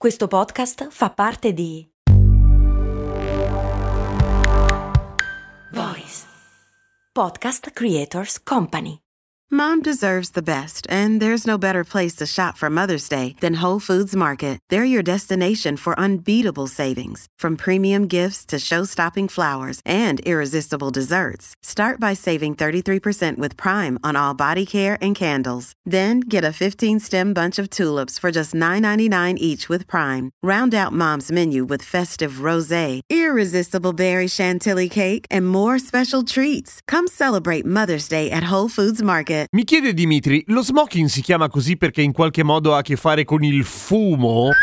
Questo podcast fa parte di Voice Podcast Creators Company. Mom deserves the best, and there's no better place to shop for Mother's Day than Whole Foods Market. They're your destination for unbeatable savings, from premium gifts to show-stopping flowers and irresistible desserts. Start by saving 33% with Prime on all body care and candles. Then get a 15-stem bunch of tulips for just $9.99 each with Prime. Round out Mom's menu with festive rosé, irresistible berry chantilly cake, and more special treats. Come celebrate Mother's Day at Whole Foods Market. Mi chiede Dimitri, lo smoking si chiama così perché in qualche modo ha a che fare con il fumo?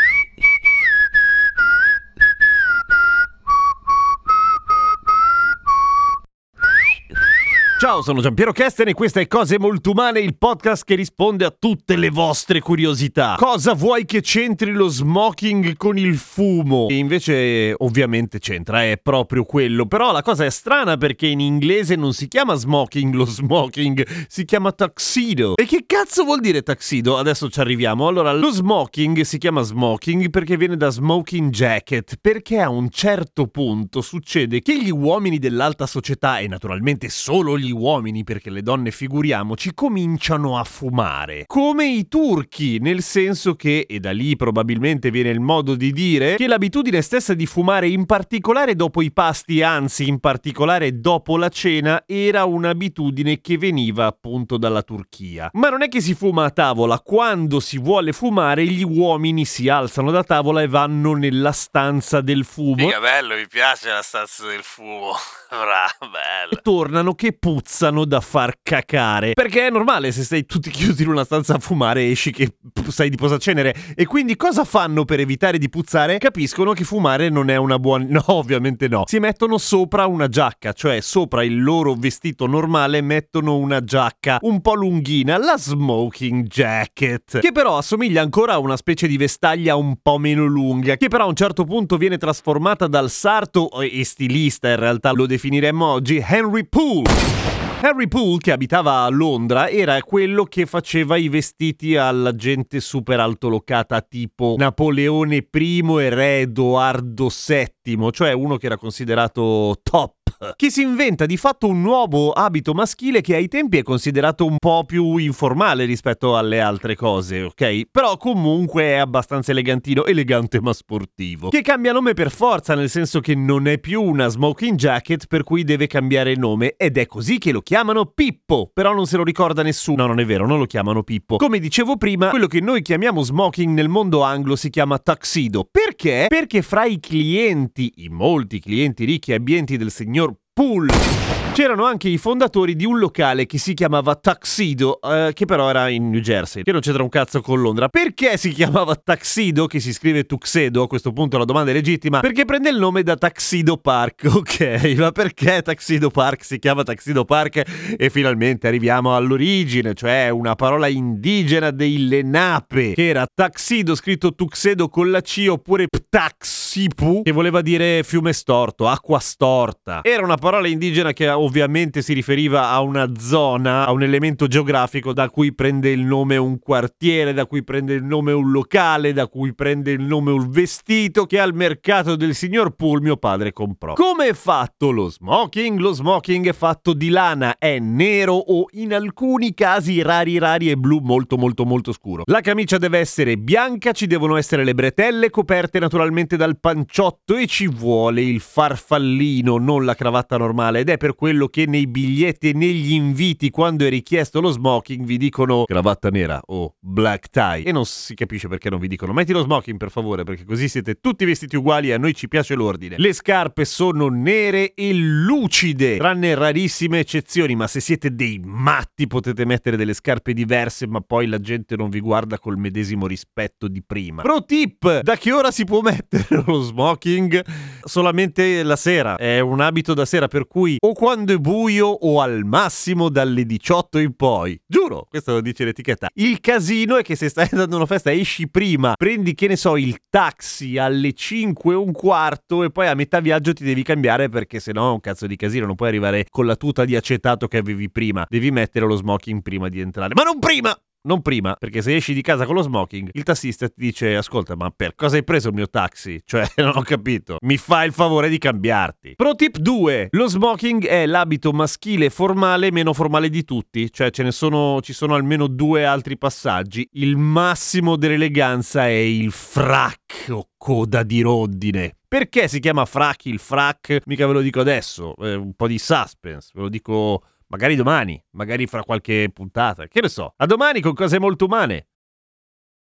Ciao, sono Giampiero Kesten e questa è Cose Molto Umane, il podcast che risponde a tutte le vostre curiosità. Cosa vuoi che c'entri lo smoking con il fumo? E invece ovviamente c'entra, è proprio quello. Però la cosa è strana perché in inglese non si chiama smoking lo smoking, si chiama tuxedo. E che cazzo vuol dire tuxedo? Adesso ci arriviamo. Allora, lo smoking si chiama smoking perché viene da smoking jacket, perché a un certo punto succede che gli uomini dell'alta società, e naturalmente solo gli uomini, perché le donne figuriamoci, cominciano a fumare come i turchi, nel senso che, e da lì probabilmente viene il modo di dire, che l'abitudine stessa di fumare, in particolare dopo i pasti, anzi in particolare dopo la cena, era un'abitudine che veniva appunto dalla Turchia. Ma non è che si fuma a tavola, quando si vuole fumare gli uomini si alzano da tavola e vanno nella stanza del fumo. Mica bello, mi piace la stanza del fumo. Bello. E tornano che puzzano da far cacare, perché è normale, se stai tutti chiusi in una stanza a fumare esci che sai di posacenere. E quindi cosa fanno per evitare di puzzare? Capiscono che fumare non è una buona... No, ovviamente no. Si mettono sopra una giacca, cioè sopra il loro vestito normale mettono una giacca un po' lunghina, la smoking jacket, che però assomiglia ancora a una specie di vestaglia un po' meno lunga, che però a un certo punto viene trasformata dal sarto e stilista, in realtà lo definiremmo oggi, Henry Poole. Henry Poole, che abitava a Londra, era quello che faceva i vestiti alla gente super altolocata tipo Napoleone I e re Edoardo VII, cioè uno che era considerato top, che si inventa di fatto un nuovo abito maschile che ai tempi è considerato un po' più informale rispetto alle altre cose, ok? Però comunque è abbastanza elegantino, elegante ma sportivo, che cambia nome per forza, nel senso che non è più una smoking jacket, per cui deve cambiare nome, ed è così che lo chiamano Pippo, però non se lo ricorda nessuno. No, non è vero, non lo chiamano Pippo. Come dicevo prima, quello che noi chiamiamo smoking nel mondo anglo si chiama tuxedo. Perché? Perché fra i clienti, i molti clienti ricchi e abbienti del signor Poole, c'erano anche i fondatori di un locale che si chiamava Tuxedo, che però era in New Jersey, che non c'entra un cazzo con Londra. Perché si chiamava Tuxedo, che si scrive Tuxedo? A questo punto la domanda è legittima, perché prende il nome da Tuxedo Park, ok? Ma perché Tuxedo Park si chiama Tuxedo Park? E finalmente arriviamo all'origine, cioè una parola indigena dei Lenape, che era Tuxedo scritto Tuxedo con la C, oppure Ptaxipu, che voleva dire fiume storto, acqua storta. Era una parola indigena che ovviamente si riferiva a una zona, a un elemento geografico da cui prende il nome un quartiere, da cui prende il nome un locale, da cui prende il nome un vestito che al mercato del signor Poole mio padre comprò. Come è fatto lo smoking? Lo smoking è fatto di lana, è nero o in alcuni casi rari e blu molto scuro. La camicia deve essere bianca, ci devono essere le bretelle coperte naturalmente dal panciotto e ci vuole il farfallino, non la cravatta normale, ed è per quello che nei biglietti e negli inviti, quando è richiesto lo smoking, vi dicono cravatta nera o black tie, e non si capisce perché non vi dicono metti lo smoking per favore, perché così siete tutti vestiti uguali e a noi ci piace l'ordine. Le scarpe sono nere e lucide, tranne rarissime eccezioni, ma se siete dei matti potete mettere delle scarpe diverse, ma poi la gente non vi guarda col medesimo rispetto di prima. Pro tip: da che ora si può mettere lo smoking? Solamente la sera, è un abito da sera, per cui o quando è buio o al massimo dalle 18 in poi. Giuro, questo lo dice l'etichetta. Il casino è che se stai andando a una festa esci prima, prendi, che ne so, il taxi alle 5:15 e poi a metà viaggio ti devi cambiare, perché sennò è un cazzo di casino, non puoi arrivare con la tuta di acetato che avevi prima, devi mettere lo smoking prima di entrare, ma non prima! non prima, perché se esci di casa con lo smoking, il tassista ti dice: ascolta, ma per cosa hai preso il mio taxi? Cioè, non ho capito. Mi fai il favore di cambiarti. Pro tip 2. Lo smoking è l'abito maschile formale meno formale di tutti. Cioè, ci sono almeno 2 altri passaggi. Il massimo dell'eleganza è il frac o coda di rondine. Perché si chiama frac il frac? Mica ve lo dico adesso. Un po' di suspense. Ve lo dico magari domani, magari fra qualche puntata. Che ne so. A domani con cose molto umane.